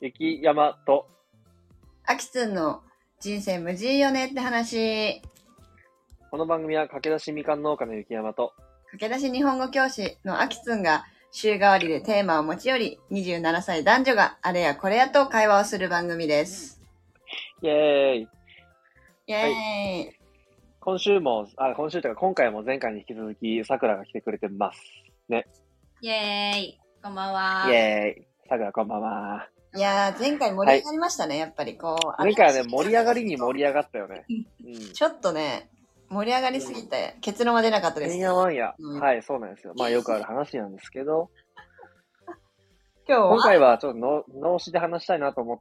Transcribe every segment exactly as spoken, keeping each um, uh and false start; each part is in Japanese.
雪山とあきつんの人生無事よねって話。 この番組は駆け出しみかん農家の雪山と駆け出し日本語教師のあきつんが週替わりでテーマを持ち寄り、にじゅうななさい男女があれやこれやと会話をする番組です。 イエーイイエーイ、はい、 今週もあ今週というか今回も前回に引き続きさくらが来てくれてますね。 イエーイ、こんばんは。 イエーイ、さくらこんばんは。 いやー、前回盛り上がりましたね、はい、やっぱりこう。 前回はね、盛り上がりに盛り上がったよね。 うん、ちょっとね、盛り上がりすぎて、うん、結論は出なかったです。 てんやわんや、うん。はい、そうなんですよ。まあよくある話なんですけど、 今日は今回はちょっとの脳死で話したいなと思って、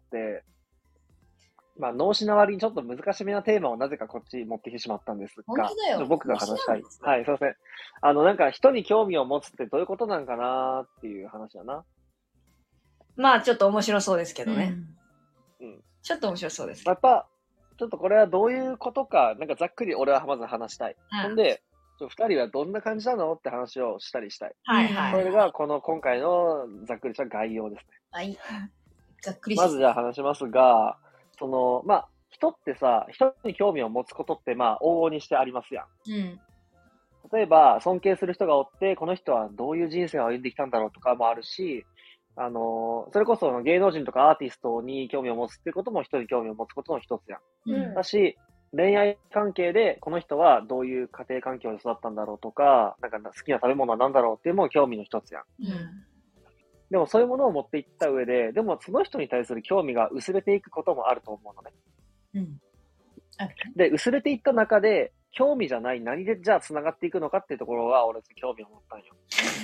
まあ脳死の割にちょっと難しめなテーマをなぜかこっち持ってきてしまったんですが、僕が話したい。はい、すいません。あのなんか人に興味を持つってどういうことなんかなっていう話だな。 まあちょっと面白そうですけどね。 うん。うん、 ちょっと面白そうです。 やっぱ、ちょっとこれはどういうことか、なんかざっくり俺はまず話したい。うん、ほんで、ちょ二人はどんな感じなのって話をしたりしたい。 はいはい。 それがこの今回のざっくりした概要ですね。 はい。ざっくりまずじゃあ話しますが、その、まあ、人ってさ、人に興味を持つことってまあ、往々にしてありますやん。 うん。 例えば、尊敬する人がおって、この人はどういう人生を歩んできたんだろうとかもあるし、あのー、それこそ芸能人とかアーティストに興味を持つっていうことも人に興味を持つことの一つやん。うん、だし、恋愛関係でこの人はどういう家庭環境で育ったんだろうとか、なんか好きな食べ物は何だろうっていうのも興味の一つやん。うん、でもそういうものを持っていった上で、でもその人に対する興味が薄れていくこともあると思うのね。うん、で、薄れていった中で、興味じゃない何でじゃあ繋がっていくのかっていうところは俺興味を持ったんよ。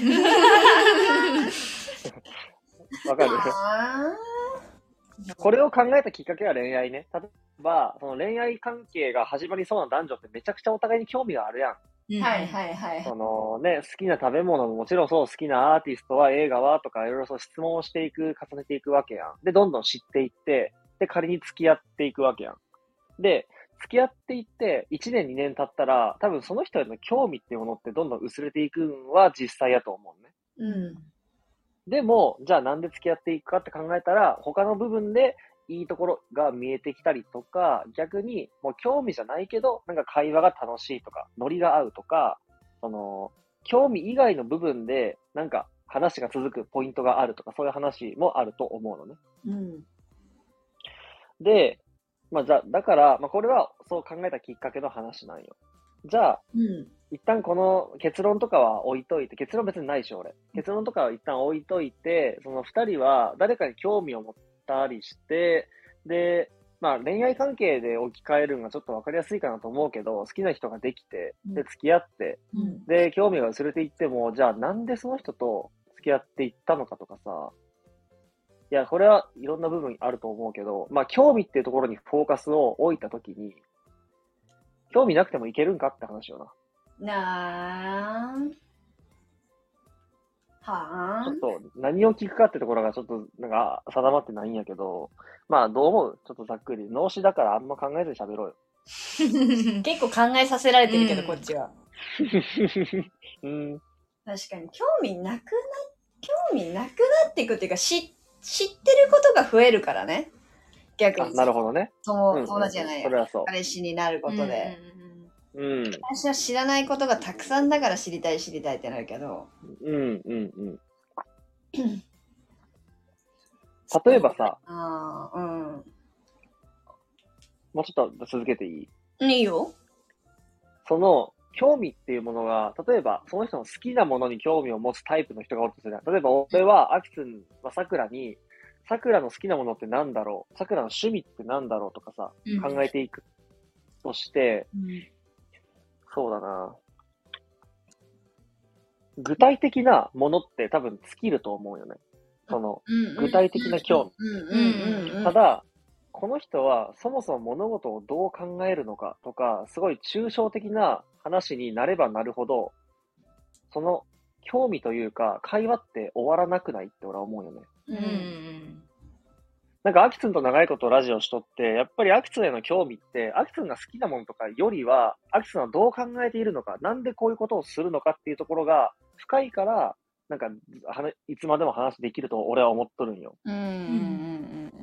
わかる？これを考えたきっかけは恋愛ね。例えば、その恋愛関係が始まりそうな男女ってめちゃくちゃお互いに興味があるやん。 はいはいはい。 そのね、好きな食べ物ももちろんそう、好きなアーティストは映画はとかいろいろそう質問をしていく、重ねていくわけやん。で、どんどん知っていって、で、仮に付き合っていくわけやん。で、付き合っていって、いちねんにねん経ったら、多分その人への興味っていうものってどんどん薄れていくのは実際やと思うね。うん。でも、じゃあなんで付き合っていくかって考えたら、他の部分でいいところが見えてきたりとか、逆にもう興味じゃないけど、なんか会話が楽しいとか、ノリが合うとか、その、興味以外の部分で、なんか話が続くポイントがあるとか、そういう話もあると思うのね。うん。で、まあじゃあ、だから、まあこれはそう考えたきっかけの話なんよ。じゃあ、うん、一旦この結論とかは置いといて、結論別にないし俺。結論とかは一旦置いといて、その二人は誰かに興味を持ったりして、で、まあ恋愛関係で置き換えるのがちょっとわかりやすいかなと思うけど、好きな人ができて、で、付き合って、うん、で、興味が薄れていっても、じゃあなんでその人と付き合っていったのかとかさ、いや、これはいろんな部分あると思うけど、まあ、興味っていうところにフォーカスを置いたときに、興味なくてもいけるんかって話よな。 なーん。はーん。ちょっと、何を聞くかってところがちょっと、なんか、定まってないんやけど、まあ、どう思う？ちょっとざっくり。脳死だからあんま考えずに喋ろうよ。 結構考えさせられてるけど、うん、こっちは。 うん。 確かに、興味なくな、興味なくなっていくっていうか、知知ってることが増えるからね。逆に。 なるほどね。 友達じゃないよ。 それはそう。 彼氏になることで。 うん。 私は知らないことがたくさんだから知りたい知りたいってなるけど。 うんうんうん。例えばさ。 ああ、うん。 もうちょっと続けていい？ いいよ。 その、興味っていうものが、例えば、その人の好きなものに興味を持つタイプの人がおるとする。例えば、俺は、アキツンは桜に、桜の好きなものって何だろう？桜の趣味って何だろうとかさ、うん、考えていくとして、うん、そうだな。具体的なものって多分尽きると思うよね。その、具体的な興味。ただ、この人はそもそも物事をどう考えるのかとか、すごい抽象的な話になればなるほど、その興味というか、会話って終わらなくないって俺は思うよね。うん。なんかアキツンと長いことラジオしとって、やっぱりアキツンへの興味って、アキツンが好きなものとかよりは、アキツンはどう考えているのか、なんでこういうことをするのかっていうところが深いから、なんか、いつまでも話できると俺は思っとるんよ。うんうんうん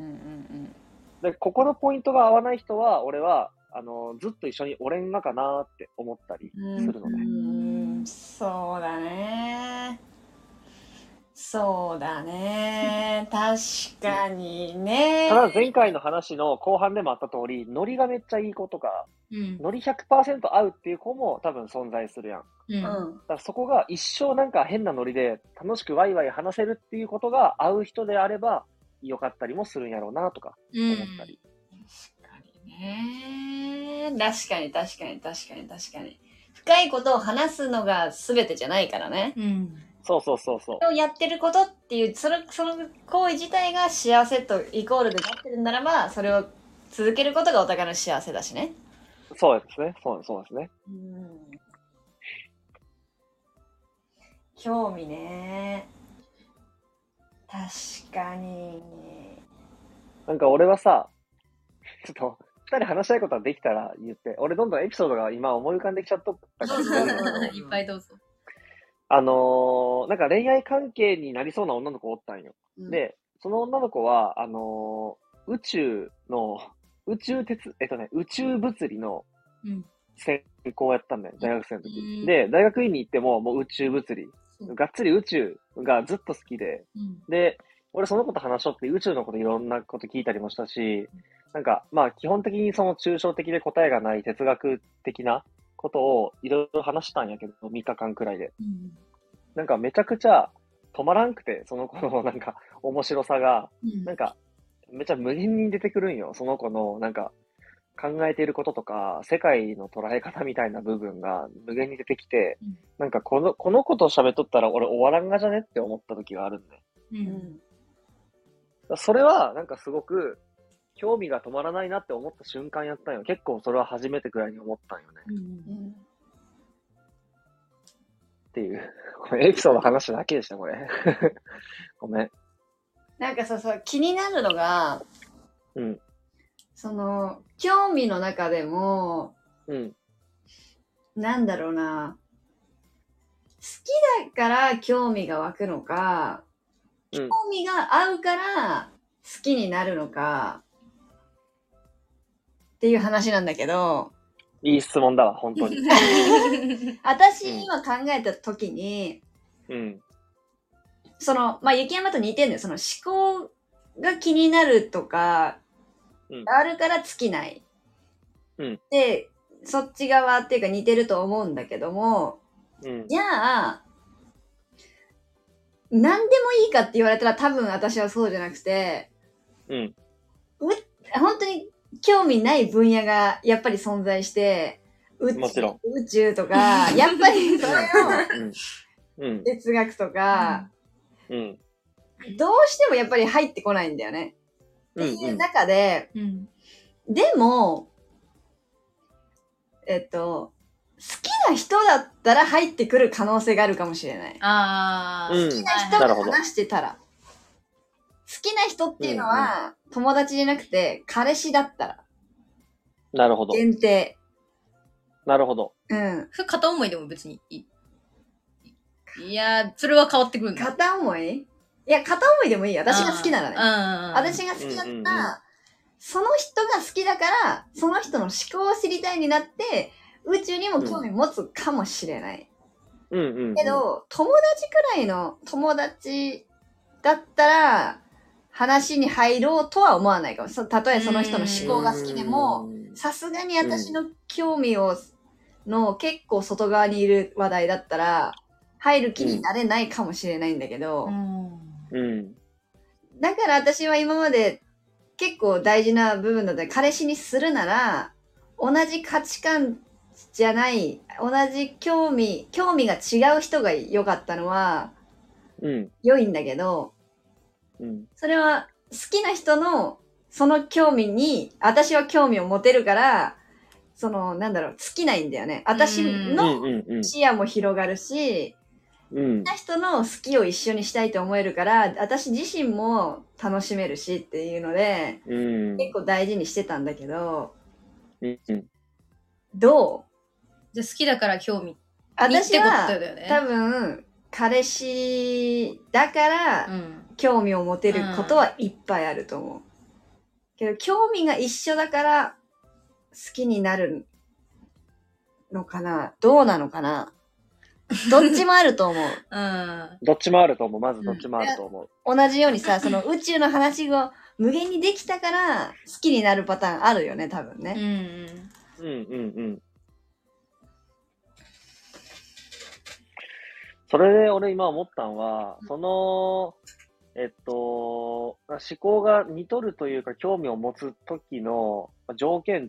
で、ここのポイントが合わない人は、俺は、あの、ずっと一緒におれんがかなって思ったりするのうね。 ーん、そうだね。そうだね。確かにね。 ただ前回の話の後半でもあった通り、ノリがめっちゃいい子とか、 うん。 ノリ ひゃくパーセント 合うっていう子も多分存在するやん。 うん。 うん。 だからそこが一生なんか変なノリで楽しくワイワイ話せるっていうことが合う人であれば良かったりもするんやろうなとかうん。 思ったり。 確かにね。確かに確かに確かに確かに。深いことを話すのが全てじゃないからね。 うん。 そうそうそうそう。 それをやってることっていう、その、その行為自体が幸せとイコールでなってるならば、それを続けることがお互いの幸せだしね。 そうですね。そうそうですね。 うん。興味ね。確かに。 なんか俺はさ、ちょっと二人話したいことはできたら言って、俺どんどんエピソードが今思い浮かんできちゃっとったから言ってるんだけど、 いっぱいどうぞ。 あのー、なんか恋愛関係になりそうな女の子おったんよ。 うん、 で、その女の子は、あのー、宇宙の、宇宙鉄、えっとね、宇宙物理のうん。 専攻やったんだよ、大学生の時。 うんで、大学院に行ってももう宇宙物理。 そうがっつり宇宙がずっと好きで、 うん。 で、俺その子と話しとって宇宙のこといろんなこと聞いたりもしたし、なんか、まあ基本的にその抽象的で答えがない哲学的なことをいろいろ話したんやけど、みっかかんくらいで。 うん。 なんかめちゃくちゃ止まらんくて、その子のなんか面白さが、 うん。 なんかめちゃ無限に出てくるんよ。その子のなんか考えていることとか、世界の捉え方みたいな部分が無限に出てきて、 うんなんかこの、この子と喋っとったら俺終わらんがじゃねって思った時があるんね。 う。 うんん。 それはなんかすごく興味が止まらないなって思った瞬間やったんよ。結構それは初めてくらいに思ったんよね。 うん。 うんっていう。これエピソード話しただけでした、これ。ごめん。 なんかさ、そう気になるのが、 うん。 その、興味の中でも、 うん。 なんだろうな、好きだから興味が湧くのか、 うん。 興味が合うから好きになるのか、っていう話なんだけど、 いい質問だわ、本当に。 私今考えた時に、 うん。 その、まあ、雪山と似てんのよ。その思考が気になるとか、 うんあるから尽きない。 うんで、そっち側っていうか似てると思うんだけども、 うん。 じゃあ、何でもいいかって言われたら多分私はそうじゃなくて、 うん。 本当に興味ない分野がやっぱり存在して、宇宙もちろん宇宙とか、やっぱりそれをうん。うん。 哲学とか、 うん。 どうしてもやっぱり入ってこないんだよね。 うん。 っていう中で、 うん。 でも、えっと、好きな人だったら入ってくる可能性があるかもしれない。 ああ。 うん好きな人がなるほど話してたら。好きな人っていうのは、友達じゃなくて、彼氏だったら。 なるほど。 限定。 なるほど。 うん。 それ片思いでも別にいい。いやー、それは変わってくるんだ。 片思いいや、片思いでもいい。私が好きならね。 ね私が好きだったら、 うんうんうんその人が好きだから、その人の思考を知りたいになって、宇宙にも興味持つかもしれない。 うんうんうん。 けど、友達くらいの友達だったら、話に入ろうとは思わないかも。そたとえその人の思考が好きでも、さすがに私の興味を、の結構外側にいる話題だったら、入る気になれないかもしれないんだけど、 うん。 うん。 だから私は今まで結構大事な部分だったら、彼氏にするなら、同じ価値観じゃない、同じ興味、興味が違う人が良かったのは、 うん。 良いんだけど、 うん。 それは好きな人のその興味に、私は興味を持てるから、その、なんだろう、尽きないんだよね。私うんのうんうん。 視野も広がるし、 うん好きな人の好きを一緒にしたいと思えるから、私自身も楽しめるしっていうので、 うん。 結構大事にしてたんだけど、 うんうん。 どうじゃあ好きだから興味。 私ってことはだよね多分、彼氏だからうん。 興味を持てることはいっぱいあると思う。 けど、興味が一緒だから好きになるのかな、どうなのかな。どっちもあると思う。 うん。 どっちもあると思う。まずどっちもあると思う。 同じようにさ、その宇宙の話を無限にできたから好きになるパターンあるよね、多分うんね。 うん。 うんうんうん。それで俺今思ったのは、その、えっと、思考が似とるというか興味を持つ時の条件って、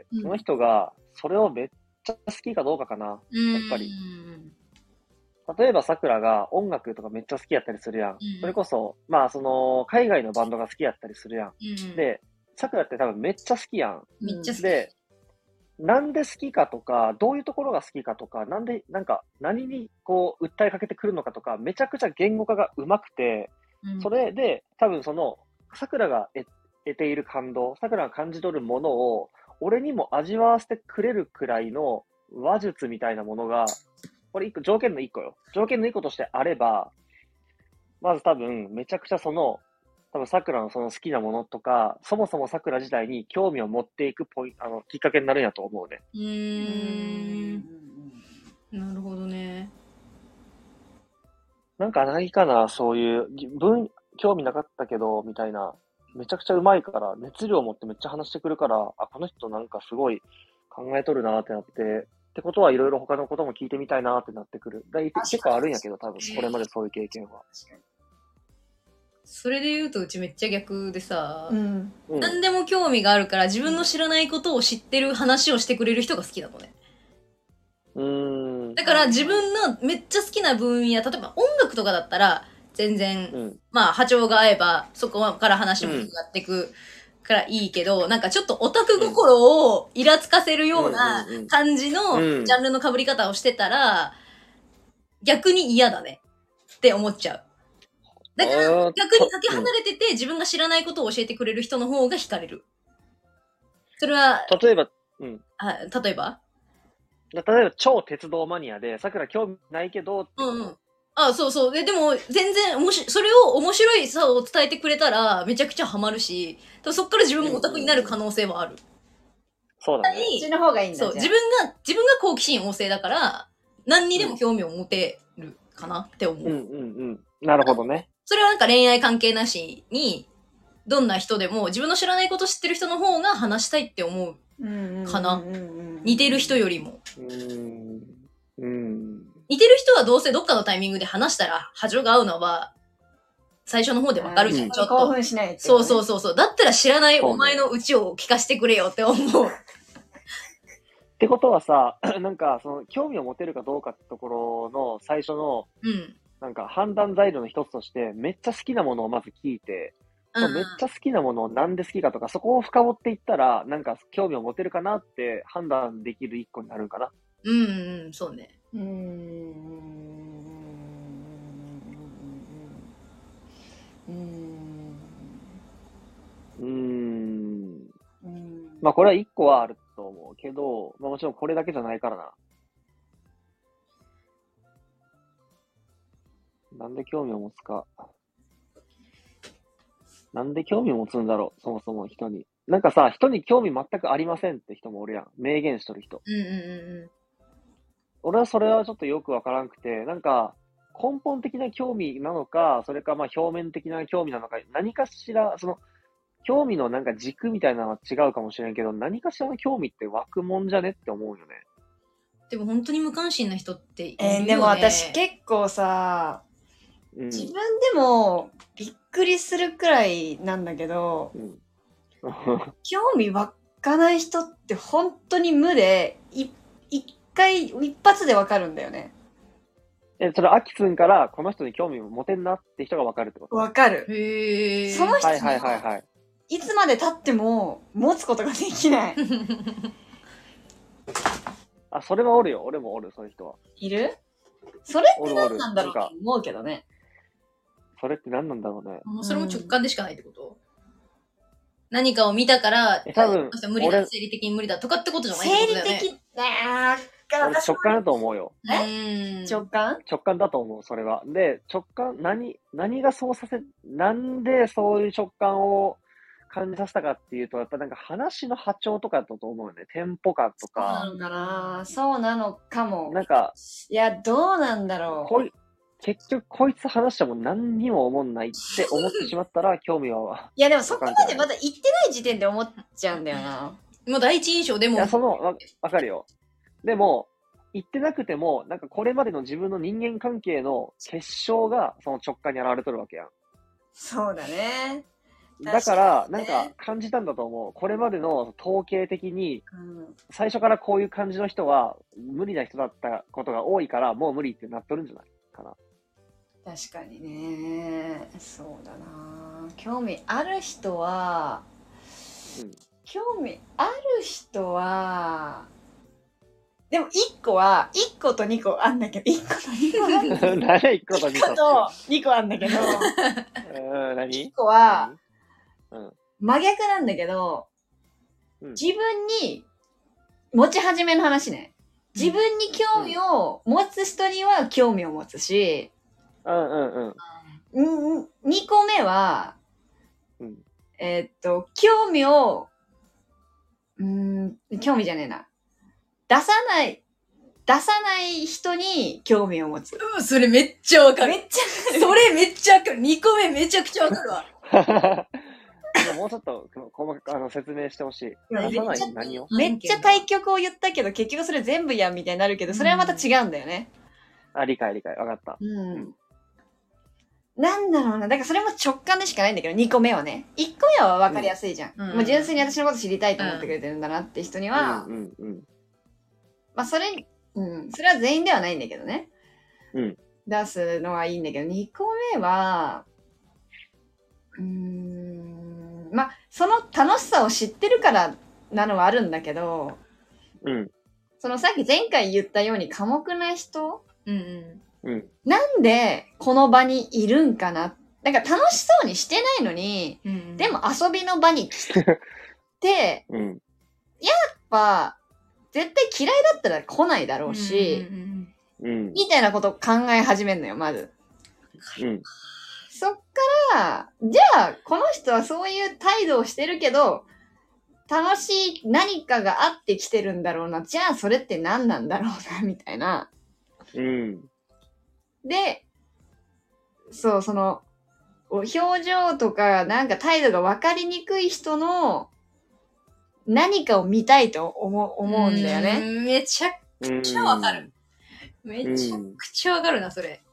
うんその人がそれをめっちゃ好きかどうかかな。 うん。 やっぱり。 うん例えば桜が音楽とかめっちゃ好きやったりするやん。 うんそれこそ、まあその、海外のバンドが好きやったりするやん。 うん。 で、桜って多分めっちゃ好きやん。 めっちゃ好き。 で、なんで好きかとか、どういうところが好きかとか、なんで、なんか、何にこう、訴えかけてくるのかとか、めちゃくちゃ言語化が上手くて、 うんそれで、多分その、桜が得得ている感動、桜が感じ取るものを、俺にも味わわせてくれるくらいの話術みたいなものが、これ一個、条件の一個よ。条件の一個としてあれば、まず多分、めちゃくちゃその、多分桜のその好きなものとか、そもそも桜自体に興味を持っていくポイント、あの、きっかけになるんやと思うね。 うーん。なるほどね。 なんかないかな、そういう、自分、興味なかったけど、みたいな、めちゃくちゃうまいから、熱量を持ってめっちゃ話してくるから、あ、この人なんかすごい考えとるなってなって、ってことはいろいろ他のことも聞いてみたいなってなってくる。だい結構あるんやけど、多分、これまでそういう経験は。 それで言うとうちめっちゃ逆でさ、 うん。 うん。 何でも興味があるから自分の知らないことを知ってる話をしてくれる人が好きだもんね。 うーん。 だから自分のめっちゃ好きな分野、例えば音楽とかだったら全然、 うん。 まあ波長が合えばそこから話も広がっていくからいいけど、なんかちょっとオタク心をイラつかせるようなうんうんうん感じのうんジャンルの被り方をしてたら、逆に嫌だねって思っちゃう。だからあー逆にかけ離れてて自分が知らないことを教えてくれる人の方が惹かれる。それは、 例えば、うん。 あ例えば例えば超鉄道マニアで、桜興味ないけどってこと、 うんうん。あ、そうそう。で、でも、全然、おもし、それを面白いさを伝えてくれたら、めちゃくちゃハマるし、そっから自分もオタクになる可能性はある。 そうだね。 こっちの方がいいんだ。 そう、 じゃあ自分が、自分が好奇心旺盛だから、何にでも興味を持てるかなって思う。 うんうんうん。なるほどね。 それはなんか恋愛関係なしに、どんな人でも自分の知らないこと知ってる人の方が話したいって思う。かな似てる人よりも。 うーん。うん。 似てる人はどうせどっかのタイミングで話したら波長が合うのは、最初の方でわかるじゃん、 うんちょっと。 興奮しないっていそうねそうそうそう。だったら知らないそうねお前のうちを聞かせてくれよって思う。 ってことはさ、なんか、その、興味を持てるかどうかってところの最初の、 うん。 なんか判断材料の一つとして、めっちゃ好きなものをまず聞いて、 うんうんめっちゃ好きなものをなんで好きかとか、そこを深掘っていったら、なんか興味を持てるかなって判断できる一個になるんかな。 うんうん、そうね。 うーん。うーん。 うーん。 うーん。 まあこれは一個はあると思うけど、まあもちろんこれだけじゃないからな。なんで興味を持つか。なんで興味を持つんだろう、そもそも人に。なんかさ、人に興味全くありませんって人もおるやん。明言しとる人。 うんうんうん俺はそれはちょっとよくわからんくて、なんか、根本的な興味なのか、それかまあ表面的な興味なのか、何かしら、その、興味のなんか軸みたいなのは違うかもしれんけど、何かしらの興味って湧くもんじゃねって思うよね。 でも本当に無関心な人っているよね。 えーでも私結構さ、 うん。 自分でもびっくりするくらいなんだけど、 うん、 興味湧かない人って本当に無で、い一回、一発でわかるんだよね。 え、それ、アキツンからこの人に興味を持てんなって人がわかるってこと？ わかる。 へー。 その人はいはいはいはい。 いつまで経っても持つことができない。 あ、それはおるよ。俺もおる、そういう人は。 いるそれっておるおる。 何なんだろうなんか、 と思うけどね。 それって何なんだろうね。 もうそれも直感でしかないってこと、何かを見たから、 え多分無理だ、 俺生理的に無理だとかってことじゃない生理ってことだよね。 的、あー俺直感だと思うよ。 うん。 直感直感だと思う、それは。で、直感、何、何がそうさせ、なんでそういう直感を感じさせたかっていうと、やっぱなんか話の波長とかだと思うよね。テンポ感とそうなか。 のかな、そうなのかも。 なんか、 いや、どうなんだろう。 こい結局こいつ話しても何にも思んないって思ってしまったら興味は。 いや、でもそこまでまだ言ってない時点で思っちゃうんだよな。 もう第一印象でも。 いや、その、わ、わかるよ。でも、言ってなくても、なんかこれまでの自分の人間関係の結晶がその直感に現れとるわけやん。 そうだね。 だから、なん確かにねか感じたんだと思う。これまでの統計的に、 うん、 最初からこういう感じの人は無理な人だったことが多いから、もう無理ってなっとるんじゃないかな。 確かにね。そうだな。興味ある人は、 うん、 興味ある人は、でもいっこは、いっことにこあんだけど、いっことにこあんだけど、 何いっことにこいっことにこあんだけど、 うん、何いっこは、 うん真逆なんだけど、 うん自分に持ち始めの話ね。自分に興味を持つ人には興味を持つし、 うんうんうん。 んにこめは、 うんえーっと、興味を、うーん、興味じゃねえな。出さない、出さない人に興味を持つ。 うん、それめっちゃわかる。 めっちゃ、 それめっちゃわかる。にこめめちゃくちゃわかるわ。 でももうちょっと細かくあの説明してほしい。 や出さなめっちゃい何をめっちゃ対極を言ったけど、結局それ全部やんみたいになるけど、それはまた違うんだよね。 あ、理解理解。わかった。 うん。なんだろうな。だからそれも直感でしかないんだけど、にこめはね。いっこめは分かりやすいじゃん。 うんもう純粋に私のこと知りたいと思ってくれてるんだなって人には、 うんうんうん。 まあそれ、うん、それは全員ではないんだけどね。 うん。 出すのはいいんだけど、にこめは、うーん、まあその楽しさを知ってるからなのはあるんだけど、 うん。 そのさっき前回言ったように寡黙な人うんうん。 うん。 なんでこの場にいるんかな。なんか楽しそうにしてないのに、 うんうん、 でも遊びの場に来て、 うん。 やっぱ絶対嫌いだったら来ないだろうし、 うんうんうん。 みたいなことを考え始めるのよ、まず。 うん。 そっから、じゃあ、この人はそういう態度をしてるけど、楽しい何かがあってきてるんだろうな。じゃあ、それって何なんだろうな、みたいな。 うん。 で、そう、その、表情とか、なんか態度が分かりにくい人の何かを見たいと思う思うんだよね。 うんめちゃくちゃわかる。めちゃくちゃわかるな、それ。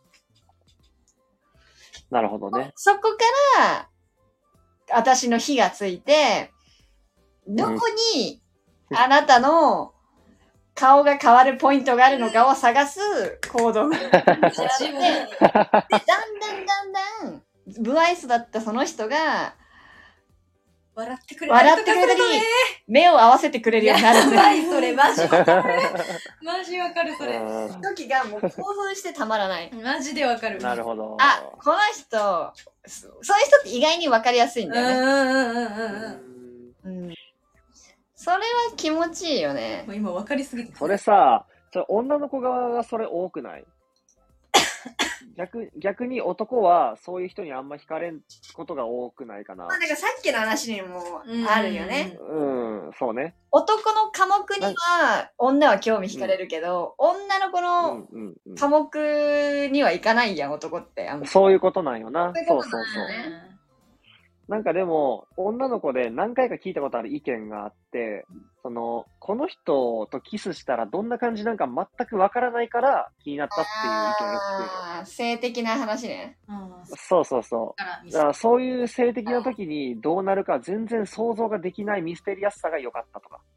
なるほどね。 そこから、私の火がついて、どこにあなたの顔が変わるポイントがあるのかを探す行動をで、だんだんだんだん、不愛想だったその人が、 笑ってくれたり笑ってくれたり、目を合わせてくれるようになるんやばい、それ、マジわかる。マジわかる、それ。 時がもう興奮してたまらない。 マジでわかる。 なるほど。 あ、この人、そそういう人って意外に分かりやすいんうんだよね。 うんうんうんうん。 うん。それは気持ちいいよね。 もう今わかりすぎて。 それさ、それ女の子側がそれ多くない逆、逆に男はそういう人にあんま惹かれんことが多くないかな。 まあ、だからさっきの話にもあるよね。 うん、そうね。 男の科目には女は興味惹かれるけど、女の子うのんうんうん科目にはいかないやん、男って。あんまそういうことなんよな。 そういうそうそうことなんそうだよね。 なんかでも、女の子で何回か聞いたことある意見があって、その、この人とキスしたらどんな感じなんか全くわからないから気になったっていう意見が聞くあー性的な話ね。 あーそうそうそう。 からだからそういう性的な時にどうなるか全然想像ができないミステリアスさが良かったとか。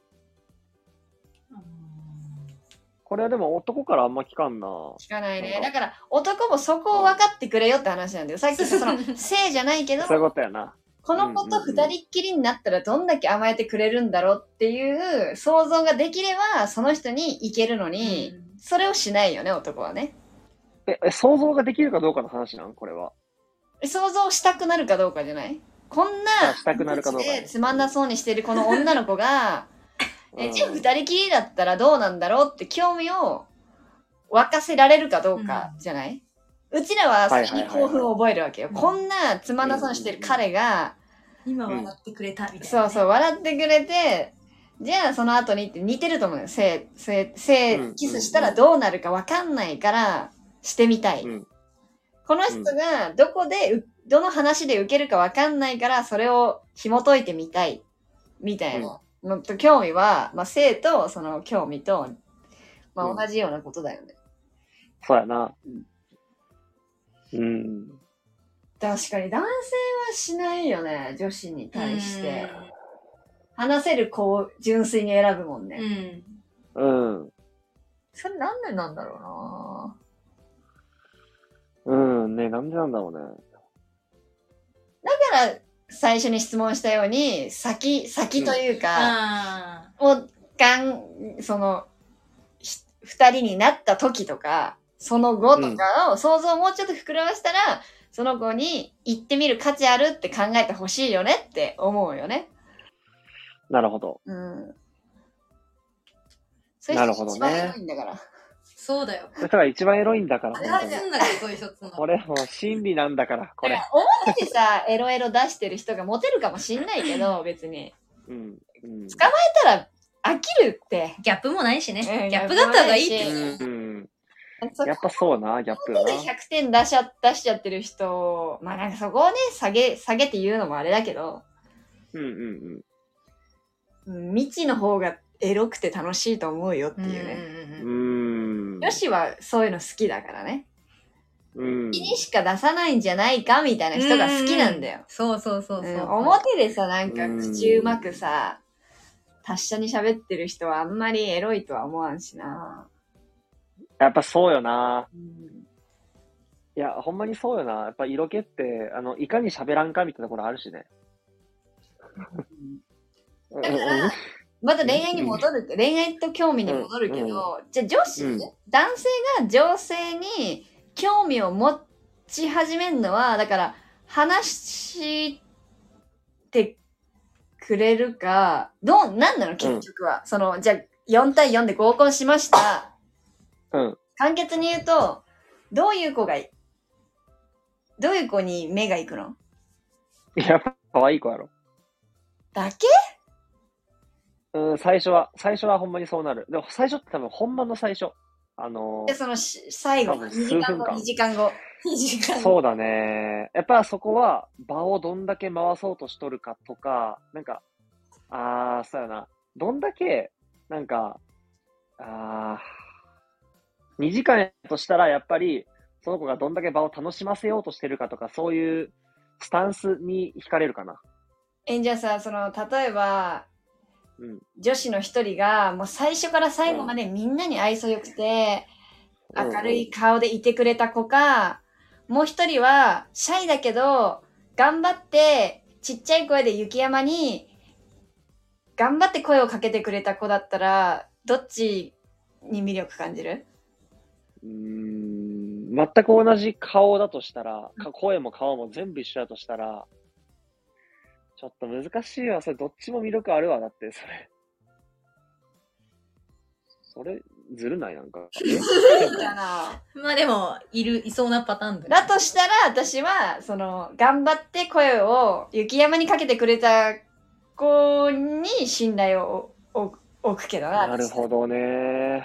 これはでも男からあんま聞かんな。 聞かないね。 なんかだから男もそこを分かってくれよって話なんだよ。さっき言ったその性じゃないけど、 そういうことやな。 この子と二人っきりになったらどんだけ甘えてくれるんだろうっていう想像ができればその人に行けるのに、 うんそれをしないよね、男はね。 え、え想像ができるかどうかの話なんこれは。 想像したくなるかどうかじゃないこんな、 あしたくなるかどうかねでつまんなそうにしてるこの女の子が、 うんえ、じゃあ二人きりだったらどうなんだろうって興味を沸かせられるかどうかじゃない、うちらはそれに興奮を覚えるわけよ。こんなつまんなそうにしてる彼が、 今笑ってくれたみたいな、ね、 そうそう、笑ってくれて、じゃあその後にって似てると思うよ。せい、せい、せい、キスしたらどうなるかわかんないから、してみたい。うん、この人がどこで、どの話で受けるかわかんないから、それを紐解いてみたい。みたいなのと、興味は、まあ、性とその興味と、まあ、同じようなことだよね。 うん、そうやな。うん。 確かに男性はしないよね、女子に対して。話せる子を純粋に選ぶもんね。 うん。うん。 それなんでなんだろうな。 うんね、なんでなんだろうね。 だから、最初に質問したように、先、先というか、うん、もう、がん、その、二人になった時とか、その後とかを想像をもうちょっと膨らましたら、うん、その子に行ってみる価値あるって考えてほしいよねって思うよね。 なるほど。 うん。それが一番エロいんだから。 そうだよ。 それが一番エロいんだから。 あれすんだけど、そういう一つの。 これもう真理なんだから、これ。 表でさ、エロエロ出してる人がモテるかもしんないけど、別に。うん。うん、捕まえたら飽きるって。 ギャップもないしね。うん、ギャップがあった方がいいって。 うん。やっぱそうな、ギャップだな。 でひゃくてん出しちゃ、出しちゃってる人、まあなんかそこをね、下げ、下げて言うのもあれだけど。 うんうんうん。未知の方がエロくて楽しいと思うよっていうね。うん。女子はそういうの好きだからね。うん。にしか出さないんじゃないかみたいな人が好きなんだよ。 そうそうそうそう、うん。 表でさ、なんか口うまくさ、達者に喋ってる人はあんまりエロいとは思わんしな。 やっぱそうよな。うん、いや、ほんまにそうよな。やっぱ色気って、あの、いかに喋らんかみたいなところあるしね。 だから、また恋愛に戻る、恋愛と興味に戻るけど、うん、じゃあ女子、うん、男性が女性に興味を持ち始めるのは、だから、話してくれるか、どう、なんなの結局は。うん、その、じゃあよん対よんで合コンしました。うん。簡潔に言うと、どういう子がいいどういう子に目が行くの？ いや、可愛い子やろ。 だけ？ うん、最初は、最初はほんまにそうなる。でも最初って多分ほんまの最初。あのー、 で、そのし、最後、にじかんご、にじかんご。にじかんご。 そうだね。やっぱそこは場をどんだけ回そうとしとるかとか、なんか、あー、そうやな。どんだけ、なんか、あー、にじかんやとしたらやっぱり、その子がどんだけ場を楽しませようとしてるかとか、そういうスタンスに惹かれるかな。 え、じゃあさ、その、例えば、うん、女子の一人が、もう最初から最後までみんなに愛想よくて、うん、明るい顔でいてくれた子か、もう一人は、シャイだけど、頑張って、ちっちゃい声で雪山に、頑張って声をかけてくれた子だったら、どっちに魅力感じる？ うーん、全く同じ顔だとしたら、声も顔も全部一緒だとしたら、ちょっと難しいわ。それどっちも魅力あるわ。だって、それ。それ、ずるないなんか。 かな。 まあでも、いる、いそうなパターンだ。だとしたら、私は、その、頑張って声を雪山にかけてくれた子に信頼を置くけどな。 なるほどね。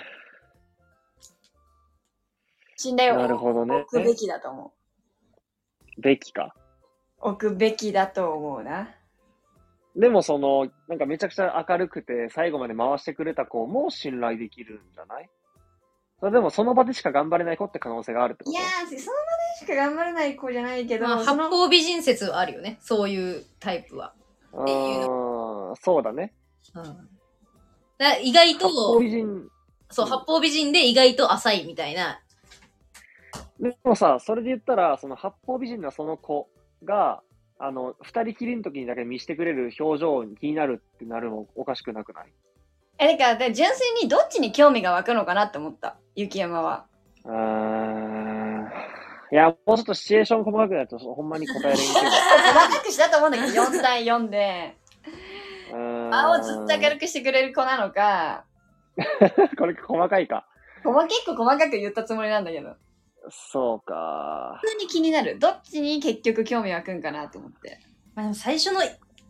信頼を置くべきだと思う。べきか。 置くべきだと思うな。 でもその、なんかめちゃくちゃ明るくて最後まで回してくれた子も信頼できるんじゃない？それでもその場でしか頑張れない子って可能性があるってこと？ いやー、その場でしか頑張れない子じゃないけど。まあ、八方美人説はあるよね。そういうタイプは。 っていうの。そうだね。 うん。だ意外と、 八方美人。 そう、八方美人で意外と浅いみたいな。 でもさ、それで言ったら、その八方美人なその子が、あの、二人きりの時にだけ見せてくれる表情に気になるってなるのもおかしくなくない？ え、だから、純粋にどっちに興味が湧くのかなって思った。雪山は。 うーん。いや、もうちょっとシチュエーション細かくなると、ほんまに答えれんけど。 細かくしたと思うんだけど、よん対よんで。場をずっと明るくしてくれる子なのか。 これ細かいか。 細結構細かく言ったつもりなんだけど。 そうか。 普通に気になる。どっちに結局興味湧くんかなと思って。 まあでも最初の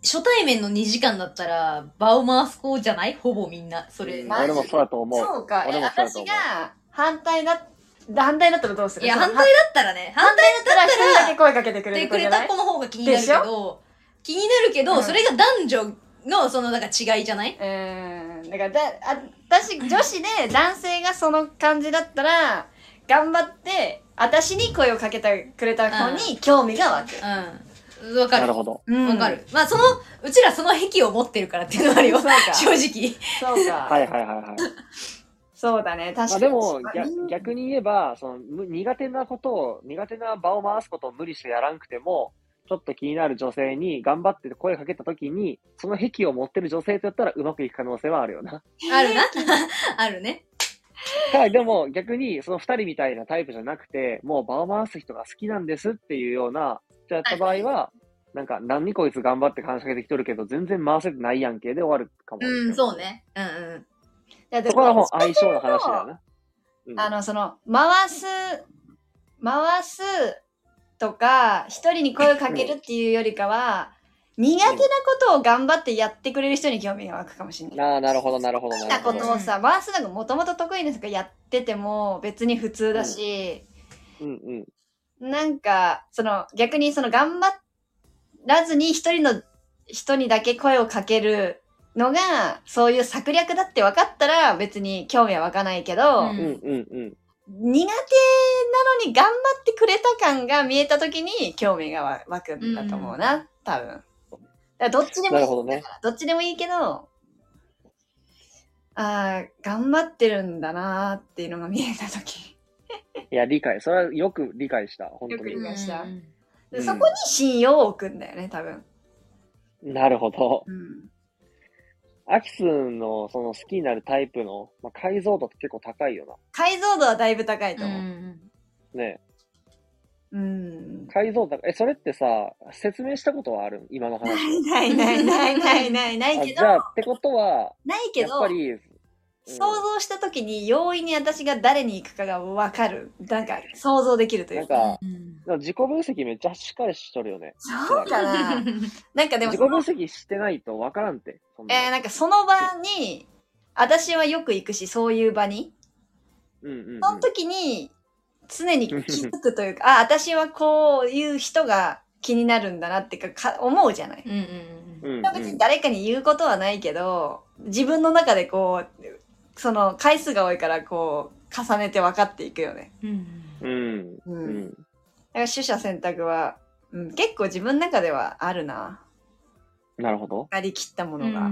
初対面のにじかんだったら、場を回す子じゃないほぼみんな。それ。 うん、俺もそうだと思う。 そうか。 俺もそうだと私思う。 が反対だ、反対だったらどうする？ いや、反対だったらね、反対だったら、 一人だけ声かけてくれでくれる子じゃない？ た子の方が気になるけど、気になるけど、 うんそれが男女の、その、なんか違いじゃない？ うーん。だからだ、あ、私、女子で男性がその感じだったら、頑張って、私に声をかけてくれた子に興味が湧く。 うん。わかる。 なるほど。 うんわかる。まあ、その、うちらその癖を持ってるからっていうのはあるよ。 そうか正直。 そうか。 はいはいはいはい。 そうだね、確かに。 まあでも、 まあ逆逆に言えば、その、む苦手なことを、苦手な場を回すことを無理してやらんくても、ちょっと気になる女性に頑張って声かけたときに、その癖を持ってる女性とやったらうまくいく可能性はあるよな。 あるな。あるね。 はい、でも逆にその二人みたいなタイプじゃなくて、もう場を回す人が好きなんですっていうような、じゃあやった場合は、なんか、何こいつ頑張って話しかけてきとるけど、全然回せてないやんけで終わるかも。 うん、そうね。うんうん。 いやでそこはもう相性の話だよな。うんあの、その、回す、回すとか、一人に声をかけるっていうよりかは、苦手なことを頑張ってやってくれる人に興味が湧くかもしれない。 ああ、なるほど、なるほど、 好きななるほど。 ことをさ、回すのがもともと得意な人がやってても別に普通だし、 うんうん。 なんか、その、逆にその頑張らずに一人の人にだけ声をかけるのが、そういう策略だって分かったら別に興味は湧かないけど、 うんうんうんうん。 苦手なのに頑張ってくれた感が見えた時に興味が湧くんだと思うな、多分。だからどっちでもいい。 なるほどね。 どっちでもいいけど、ああ、頑張ってるんだなーっていうのが見えた時。 いや、理解。それはよく理解した。本当よく理に。 解したうんでうんそこに信用を置くんだよね、多分。 なるほど。 うん。 アキスのその好きになるタイプの、まあ、解像度って結構高いよ解像度はだいぶ高いと思う。 うんな。ねうん。 解像度高い。え、それってさ、説明したことはある今の話を。 ないないないないないないけどあじゃ、あ、ってことは、 ないけどやっぱ、り、うん想像した時に容易に私が誰に行くかが分かる。なんか想像できるといなんうか。 か、 うんなんか自己分析めっちゃしっかりしとるよね。 そうかな。なんかでも自己分析してないとわからんて。そんなえー、なんかその場に、私はよく行くし、そういう場に、 うんうんうん。 その時に常に気づくというか、あ、私はこういう人が気になるんだなってかか思うじゃない。 うんうんうんうん別に誰かに言うことはないけど、自分の中でこう、その回数が多いからこう、重ねて分かっていくよね。 うんうん。 う。 うんん。 だから取捨選択は、うん、結構自分の中ではあるな。 なるほど。 分かりきったもうんのが。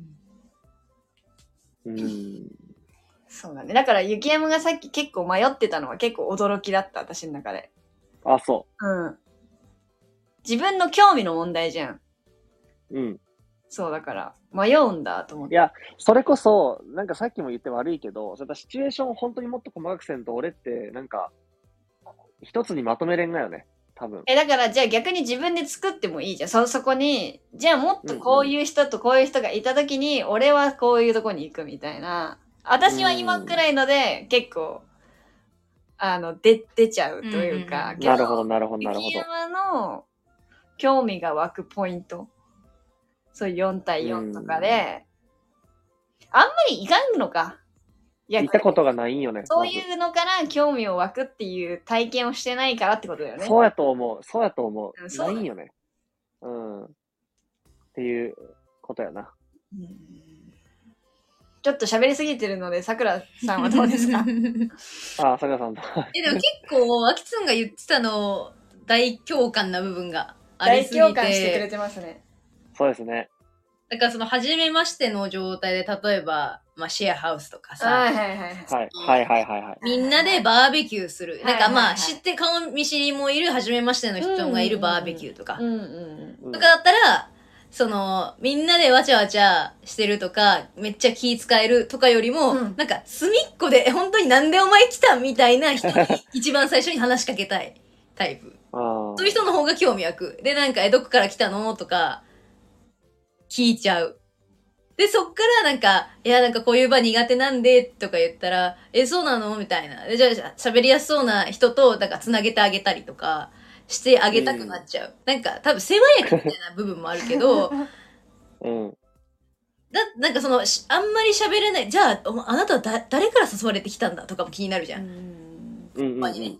うん。 そうだね。だから、雪山がさっき結構迷ってたのは結構驚きだった、私の中で。 あ、そうん。自分の興味の問題じゃん。 う。うん。 そうだから、迷うんだと思って。 いや、それこそ、なんかさっきも言って悪いけど、それシチュエーションを本当にもっと細かくせんと、俺って、なんか、一つにまとめれんがよね。多分。 え、だから、じゃあ逆に自分で作ってもいいじゃん。そ、そこに、じゃあもっとこういう人とこういう人がいたときに、俺はこういうとこに行くみたいな。私は今くらいので、結構、あの、出、出ちゃうというか。 うんけどなるほど、なるほど、なるほ雪ど。 山の興味が湧くポイント。そういうよん対よんとかで、あんまりいかんのか。いや行ったことがないんよね。 そうまずいうのから興味を湧くっていう体験をしてないからってことだよね。 そうやと思う。そうやと思う。 うんそうだないんよね。うん。っていうことやな。 うんちょっと喋りすぎてるので、さくらさんはどうですかあ、さくらさんと。 え、でも結構、あきつんが言ってたの、大共感な部分があり大すぎて。 共感してくれてますね。 そうですね。 だからその、初めましての状態で、例えば、まあ、シェアハウスとかさ、 はいはいはい。 はい。はいはいはいはい。 みんなでバーベキューする。なんかまあ、 はいはいはい知って顔見知りもいる、初めましての人がいるバーベキューとか。 うんうんうんとかだったら、その、みんなでわちゃわちゃしてるとか、めっちゃ気使えるとかよりも、 うんなんか、隅っこで、本当になんでお前来たみたいな人に一番最初に話しかけたいタイプ。 あーそういう人の方が興味湧く。で、なんか、え、どこから来たのとか、聞いちゃう。で、そっからなんか、いや、なんかこういう場苦手なんで、とか言ったら、え、そうなのみたいな。で、じゃあ、喋りやすそうな人と、なんか、つなげてあげたりとか、してあげたくなっちゃう。なんか、多分、世話焼きみたいな部分もあるけど、 うん。 だ、なんかその、しあんまり喋れない。じゃあ、おあなたはだ誰から誘われてきたんだとかも気になるじゃん。 うんうんうんうん。 マジで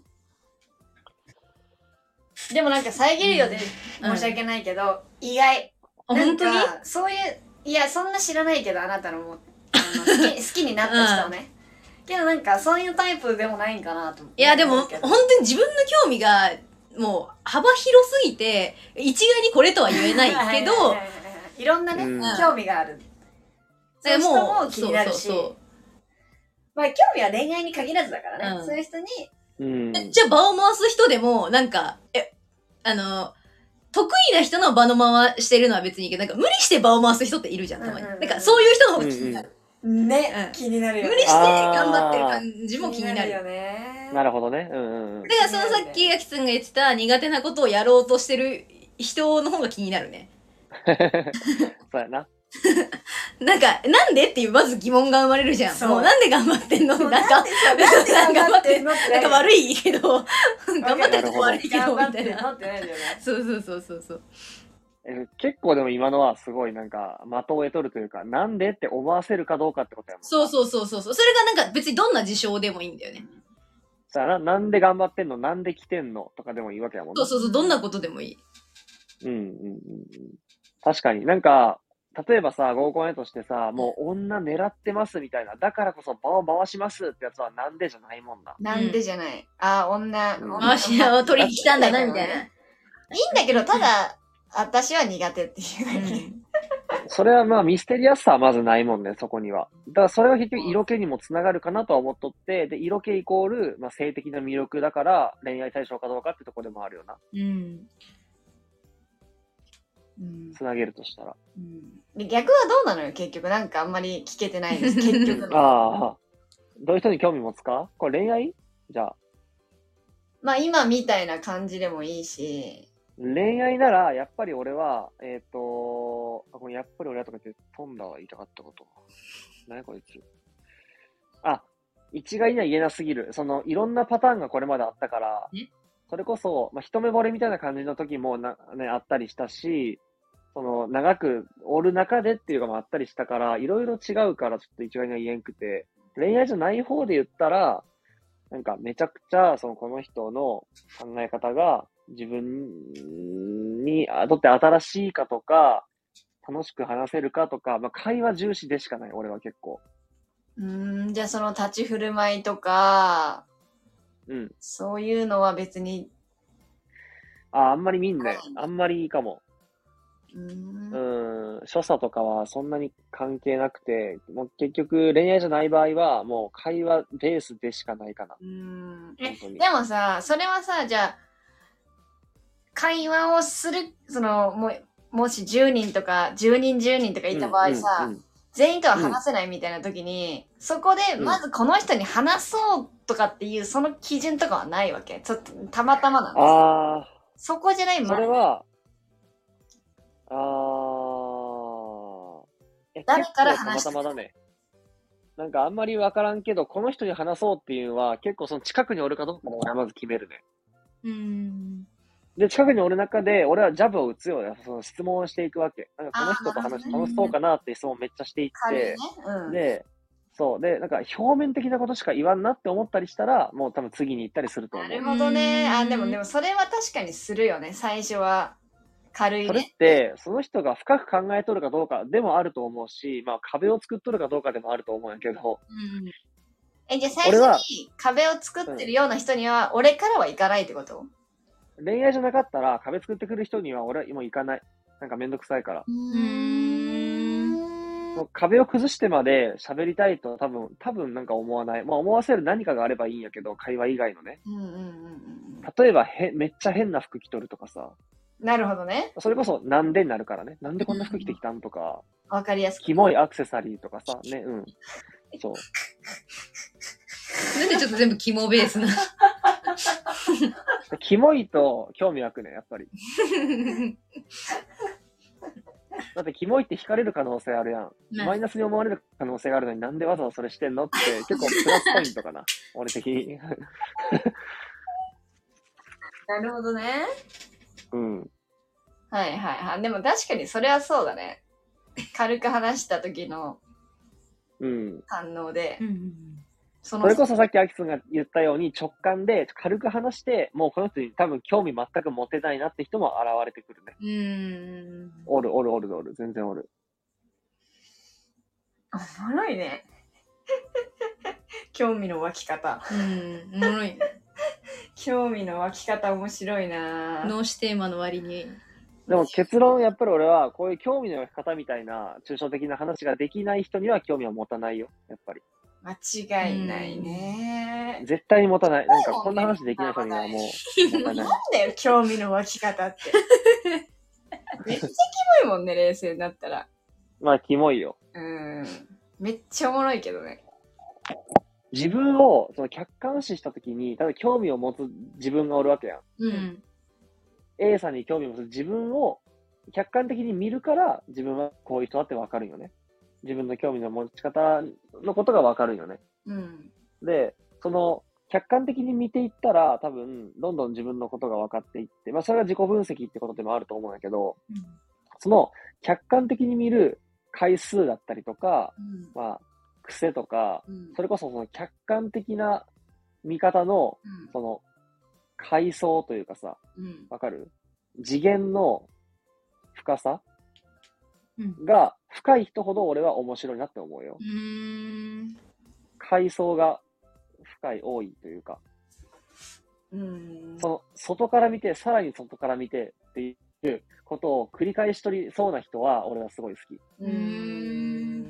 でもなんか遮るようで申し訳ないけど、意外。 あ、 なん本当にか、そういう、いや、そんな知らないけど、あなたのも、あの好き好きになった人をね。けどなんか、そういうタイプでもないんかなと思って。 いや、でも、本当に自分の興味が、もう、幅広すぎて、一概にこれとは言えないけど、 はいはいはいはいいろんなね、 うん興味がある。そういう人も気になるし、 そうそうそうまあ興味は恋愛に限らずだからね、 うんそういう人に、 うん。 めっちゃ場を回す人でも、なんか、え、あの、得意な人の場の回してるのは別にいいけど、なんか無理して場を回す人っているじゃん、たまに。 うんうんうんなんかそういう人の方が気になる。 ね、 うん気になるよね。 無理して頑張ってる感じも気になる。 よね。 なるほどね。うんうんうん。 だからそのさっき、あきつんが言ってた苦手なことをやろうとしてる人の方が気になるね。 そうやな。 なんか、なんでっていうまず疑問が生まれるじゃん。 そうもうなんで頑張ってんのそうなんか、 なんでさなんで頑張ってんのってなんか悪いけど、頑張ってるとこ悪いけど、 頑張ってみたいな。 るのってないんだよね。 そうそうそうそうそう。 え結構でも今のはすごいなんか的を得取るというか、なんでって思わせるかどうかってことやもんな。 そうそうそうそうそう。それがなんか別にどんな事象でもいいんだよね。 さあな、なんで頑張ってんのなんで来てんのとかでもいいわけやもんな。 そうそうそう、どんなことでもいい。 うんうんうんうん。確かになんか、例えばさ、合コンやとしてさ、もう女狙ってますみたいな、だからこそ場を回しますってやつはなんでじゃないもんな。 なんでじゃない。あ、女、 うん女あ、しあ取りに来たんだな、みたいな。 いいんだけど、ただ、私は苦手っていうだけ。 それはまあミステリアスさはまずないもんね、そこには。だからそれは結局色気にもつながるかなとは思っとって、で、色気イコール、まあ、性的な魅力だから恋愛対象かどうかってとこでもあるよな。 うん。 うんつなげるとしたら。 うんで逆はどうなのよ、結局。なんかあんまり聞けてないです、結局の。 ああ、どういう人に興味持つかこれ恋愛じゃあ。 まあ今みたいな感じでもいいし。 恋愛なら、やっぱり俺は、えっ、とあ、これやっぱり俺はとか言って、飛んだは言いたかったこと。何こいつ。あ、一概には言えなすぎる。その、いろんなパターンがこれまであったからえ、 それこそ、まあ、一目惚れみたいな感じの時もな、ね、あったりしたし、その、長くおる中でっていうのもあったりしたから、いろいろ違うから、ちょっと一概には言えんくて、恋愛じゃない方で言ったら、なんかめちゃくちゃ、その、この人の考え方が、自分にとって新しいかとか、楽しく話せるかとか、まあ、会話重視でしかない、俺は結構。 うーん、じゃあその立ち振る舞いとか、 うん。 そういうのは別に、 あ、あんまり見んね。あんまりいいかも。 うーんうーん、所作とかはそんなに関係なくて、もう結局恋愛じゃない場合は、もう会話ベースでしかないかな。 うーんえ本当にでもさ、それはさ、じゃあ、会話をする、その、もう、もしじゅうにんとか、じゅうにんじゅうにんとかいた場合さ、 うんうんうん全員とは話せないみたいな時に、そこでまずこの人に話そうとかっていうその基準とかはないわけ。ちょっとたまたまなんですよ。 あそこじゃないー、 もんそれは、あー、え誰から結構話したたまたまだね。なんかあんまりわからんけど、この人に話そうっていうのは、結構その近くにおるかどうかも俺はまず決めるね。 うん。 で、近くにおる中で、俺はジャブを打つような、その質問をしていくわけ。なんかこの人とあーな話るほどね楽しそうかなって質問めっちゃしていって軽いね、。うん。 で、そう。で、なんか表面的なことしか言わんなって思ったりしたら、もう多分次に行ったりすると思う。 なるほどね。あ、 うんでも、でもそれは確かにするよね。最初は軽いそれっね。 て、その人が深く考えとるかどうかでもあると思うし、まあ壁を作っとるかどうかでもあると思うんやけど、 うん。 え、じゃあ最初俺はに壁を作ってるような人には、俺からは行かないってこと恋愛じゃなかったら壁作ってくる人には俺はもう行かない。なんかめんどくさいから。 うーん。 もう壁を崩してまで喋りたいと多分、多分なんか思わない。まあ思わせる何かがあればいいんやけど、会話以外のね。 うんうんうんうん。 例えばへ、めっちゃ変な服着とるとかさ、 なるほどね。 それこそなんでになるからね。なんでこんな服着てきたんとか、 わかりやすく。 キモいアクセサリーとかさ、ね、うん。そう。 なんでちょっと全部肝ベースな。 キモいと興味湧くね、やっぱり。だってキモいって惹かれる可能性あるやん。 ねマイナスに思われる可能性があるのになんでわざわざそれしてんのって結構プラスポイントかな。俺的に。 なるほどね。 うん。 はいはいはい。でも確かにそれはそうだね。 軽く話した時のうん。 反応で、 うんうんそそれこそさっきアキツンが言ったように直感で軽く話して、もうこの人に多分興味全く持てないなって人も現れてくるね。 うん。うーん。 おるおるおるおる。全然おる。 おもろいね。興味の湧き方。 うん。おもろいね。 興味の湧き方面白いな脳死テーマの割に。 でも結論、やっぱり俺はこういう興味の湧き方みたいな抽象的な話ができない人には興味を持たないよ。やっぱり。 間違いないね。 絶対に持たない。なんかこんな話できない人にはもう持たない。 なんだよ、興味の湧き方って。めっちゃキモいもんね、冷静になったら。 まあ、キモいよ。 うん。めっちゃおもろいけどね。 自分をその客観視したときに、ただ興味を持つ自分がおるわけやん。 うん。 A さんに興味を持つ自分を客観的に見るから、自分はこういう人だってわかるんよね。自分の興味の持ち方のことがわかるんよね。 うん。 で、その、客観的に見ていったら、多分、どんどん自分のことが分かっていって、まあ、それが自己分析ってことでもあると思うんだけど、その、客観的に見る回数だったりとか、 うん。 まあ、癖とか、 うん。 それこそその客観的な見方の、 うん。 その、階層というかさ、 うん。 わかる？次元の深さうん。 が深い人ほど俺は面白いなって思うよ。 うーん。 階層が深い、多いというか、 うん。 その外から見て、さらに外から見てっていうことを繰り返しとりそうな人は俺はすごい好き。 うーん。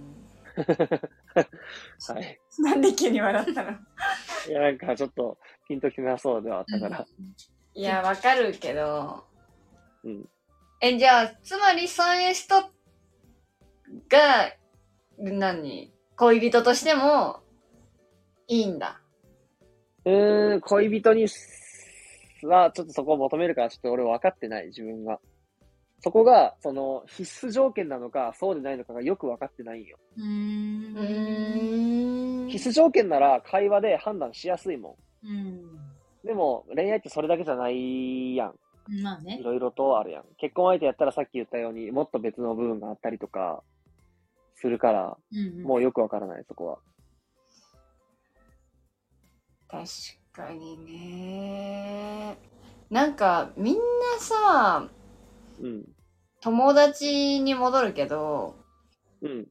はい。 なんで急に笑ったの？ いや、なんかちょっとピンときてなそうではあったから。 いや、わかるけど。 うん。 え、じゃあ、つまりそういう人が、何恋人としてもいいんだ。 うーん、恋人にはちょっとそこを求めるからちょっと俺分かってない、自分が。そこが、その、必須条件なのか、そうでないのかがよく分かってないんよ。 うー。 うんーん。 必須条件なら会話で判断しやすいもうん。 ん。でも、恋愛ってそれだけじゃないやん。 まあねい。ろいろとあるやん。結婚相手やったらさっき言ったようにもっと別の部分があったりとかするから、 うん。 もうよくわからない、そこは。 確かにね。なんか、みんなさ、 うん。 友達に戻るけど、 うん。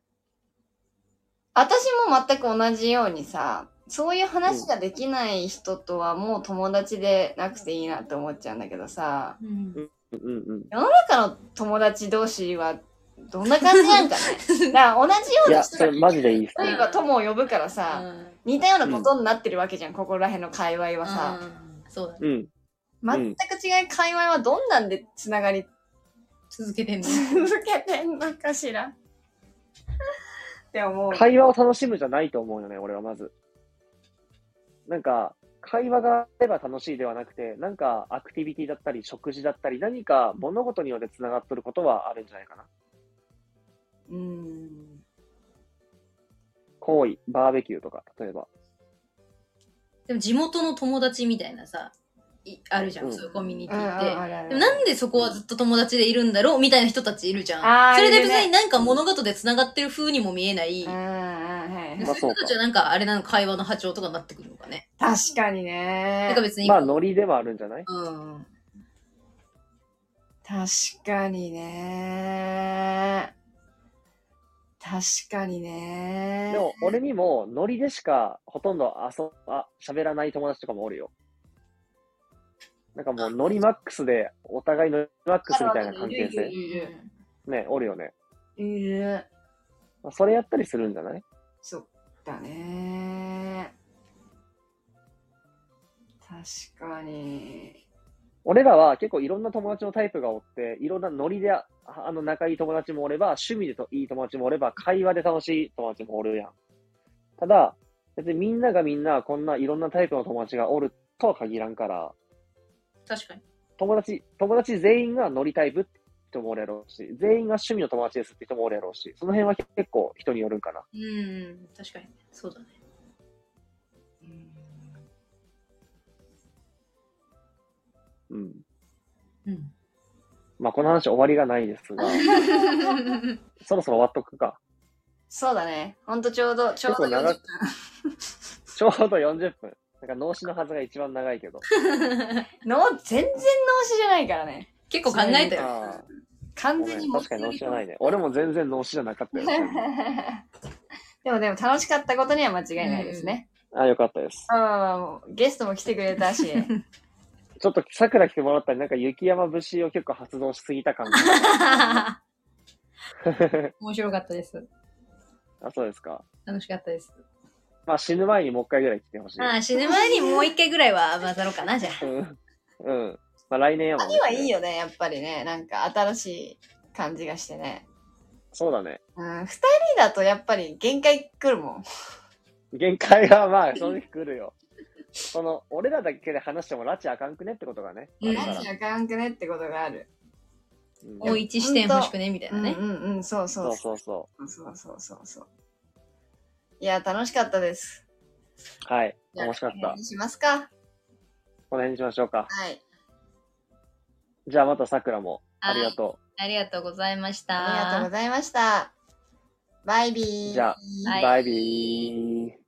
私も全く同じようにさ、そういう話ができない人とはもう友達でなくていいなって思っちゃうんだけどさ、 うん。 うんうん。 世の中の友達同士はどんな感じなんかね。だから同じよういや、 な人がそれマジでいいっす例えば友を呼ぶからさ、似たようなことになってるわけじゃん、ここら辺の界隈はさ。 うん。そうだね。 うん。 全く違う界隈はどんなんでつながり続けてんの。 続けてんのかしらって思う。 会話を楽しむじゃないと思うよね、俺はまず。なんか、会話があれば楽しいではなくて、なんかアクティビティだったり、食事だったり、何か物事によって繋がっとることはあるんじゃないかな。 うーん。 行為、バーベキューとか、例えば。 でも地元の友達みたいなさ、いあるじゃん、 うんそういうコミュニテうんうんィって。 あるあるでもなんでそこはずっと友達でいるんだろうみたいな人たちいるじゃん。 あーそれでいるね別になんか物事で繋がってる風にも見えない。 うんうんはいはい。 まあそういう人たちはなんかあれなの会話の波長とかになってくるのかね。 確かになんねか。別に。 まあ、ノリでもあるんじゃない？ うん。 確かにね。確かにね。 でも、俺にも、ノリでしか、ほとんど遊、あ、喋らない友達とかもおるよ。なんかもう、ノリマックスで、お互いノリマックスみたいな関係いる性。 いるね、おるよね。 いる。いる。 まあそれやったりするんじゃない？ そっだね。確かに。 俺らは結構いろんな友達のタイプがおって、いろんなノリで、ああの、仲いい友達もおれば、趣味でといい友達もおれば、会話で楽しい友達もおるやん。ただ、別にみんながみんなこんないろんなタイプの友達がおるとは限らんから、 確かに。 友達、友達全員がノリタイプって人もおるやろうし、全員が趣味の友達ですって人もおるやろうし、その辺は結構人によるんかな。 うん、確かに。そうだね。 うん。 うん。 まあ、この話終わりがないですが、そろそろ終わっとくか。 そうだね。ほんとちょうど、ちょうど結構長よんじゅっくちょうどよんじゅっぷん。なんか脳死のはずが一番長いけど。 ぷん。の全然脳死じゃないからね。 結構考えたよ。 ああ、ごめん。 完全に確かに脳死じゃないね。俺も全然脳死じゃなかったよ。 でもでも楽しかったことには間違いないですね。 あ、よかったです。 ああ、ゲストも来てくれたし。 ちょっと桜来てもらったり、なんか雪山節を結構発動しすぎた感が。 面白かったです。 あ、そうですか。 楽しかったです。 まあ死ぬ前にもう一回ぐらい来てほしい。 ああ、死ぬ前にもう一回ぐらいは混ざろうかな、じゃあ。 うん。うん。まあ来年やもんね。 兄はいいよね、やっぱりね。なんか新しい感じがしてね。 そうだね。 うん、二人だとやっぱり限界来るもん。 限界はまあ正直来るよ。その、俺らだけで話しても拉致あかんくねってことがね。 うんあるからラジあかんくねってことがある。 うんもう一視点欲しくね、みたいなね。 うんうんうん、そうそそううそ。 そううそそうそうそうそう。いや、楽しかったです。 う。はい。 じゃあ面白かったこの辺。にしますか。 この辺にしましょうか。 はい。 じゃあまたさくらもありがとありがとうございました。 ありがとうございました。バイビー。 じゃあはいう。バイビー。